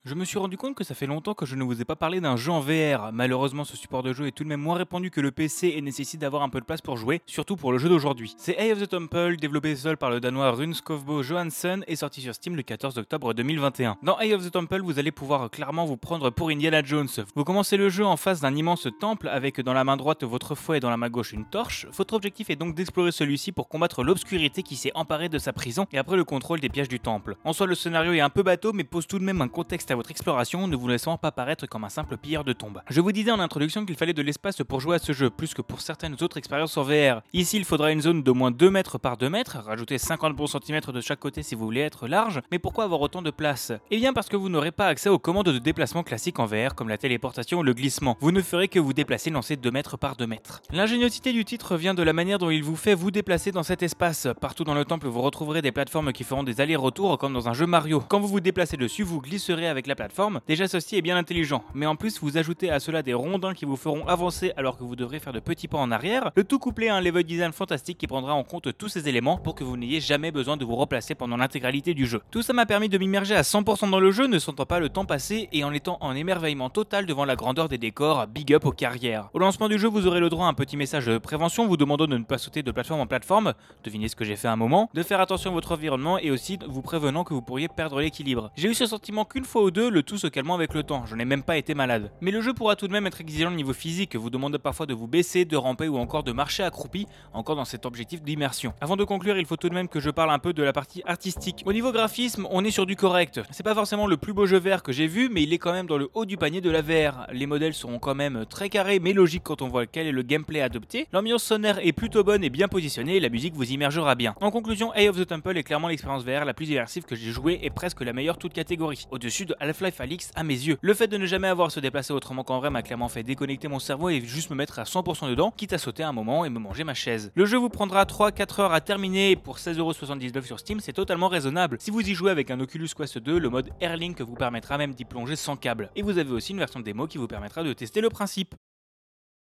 Je me suis rendu compte que ça fait longtemps que je ne vous ai pas parlé d'un jeu en VR. Malheureusement, ce support de jeu est tout de même moins répandu que le PC et nécessite d'avoir un peu de place pour jouer, surtout pour le jeu d'aujourd'hui. C'est Eye of the Temple, développé seul par le danois Rune Skovbo Johansson et sorti sur Steam le 14 octobre 2021. Dans Eye of the Temple, vous allez pouvoir clairement vous prendre pour Indiana Jones. Vous commencez le jeu en face d'un immense temple avec dans la main droite votre fouet et dans la main gauche une torche. Votre objectif est donc d'explorer celui-ci pour combattre l'obscurité qui s'est emparée de sa prison et après le contrôle des pièges du temple. En soi, le scénario est un peu bateau mais pose tout de même un contexte à votre exploration, ne vous laissant pas paraître comme un simple pilleur de tombes. Je vous disais en introduction qu'il fallait de l'espace pour jouer à ce jeu, plus que pour certaines autres expériences en VR. Ici, il faudra une zone d'au moins 2 mètres par 2 mètres, rajoutez 50 bons centimètres de chaque côté si vous voulez être large, mais pourquoi avoir autant de place? Eh bien parce que vous n'aurez pas accès aux commandes de déplacement classiques en VR comme la téléportation ou le glissement. Vous ne ferez que vous déplacer dans ces 2 mètres par 2 mètres. L'ingéniosité du titre vient de la manière dont il vous fait vous déplacer dans cet espace. Partout dans le temple, vous retrouverez des plateformes qui feront des allers-retours comme dans un jeu Mario. Quand vous vous déplacez dessus, vous glisserez avec la plateforme. Déjà, ceci est bien intelligent, mais en plus vous ajoutez à cela des rondins qui vous feront avancer alors que vous devrez faire de petits pas en arrière, le tout couplé à un level design fantastique qui prendra en compte tous ces éléments pour que vous n'ayez jamais besoin de vous replacer pendant l'intégralité du jeu. Tout ça m'a permis de m'immerger à 100% dans le jeu, ne sentant pas le temps passer et en étant en émerveillement total devant la grandeur des décors, big up aux carrières. Au lancement du jeu, vous aurez le droit à un petit message de prévention vous demandant de ne pas sauter de plateforme en plateforme, devinez ce que j'ai fait un moment, de faire attention à votre environnement et aussi vous prévenant que vous pourriez perdre l'équilibre. J'ai eu ce sentiment qu'une fois ou deux, le tout se calmant avec le temps, je n'ai même pas été malade. Mais le jeu pourra tout de même être exigeant au niveau physique, vous demande parfois de vous baisser, de ramper ou encore de marcher accroupi, encore dans cet objectif d'immersion. Avant de conclure, il faut tout de même que je parle un peu de la partie artistique. Au niveau graphisme, on est sur du correct. C'est pas forcément le plus beau jeu VR que j'ai vu, mais il est quand même dans le haut du panier de la VR. Les modèles seront quand même très carrés mais logiques quand on voit quel est le gameplay adopté. L'ambiance sonore est plutôt bonne et bien positionnée et la musique vous immergera bien. En conclusion, Eye of the Temple est clairement l'expérience VR la plus immersive que j'ai jouée et presque la meilleure toute catégorie. Au-dessus de Half-Life Alyx à mes yeux. Le fait de ne jamais avoir à se déplacer autrement qu'en vrai m'a clairement fait déconnecter mon cerveau et juste me mettre à 100% dedans, quitte à sauter un moment et me manger ma chaise. Le jeu vous prendra 3-4 heures à terminer et pour 16,79€ sur Steam, c'est totalement raisonnable. Si vous y jouez avec un Oculus Quest 2, le mode Airlink vous permettra même d'y plonger sans câble. Et vous avez aussi une version démo qui vous permettra de tester le principe.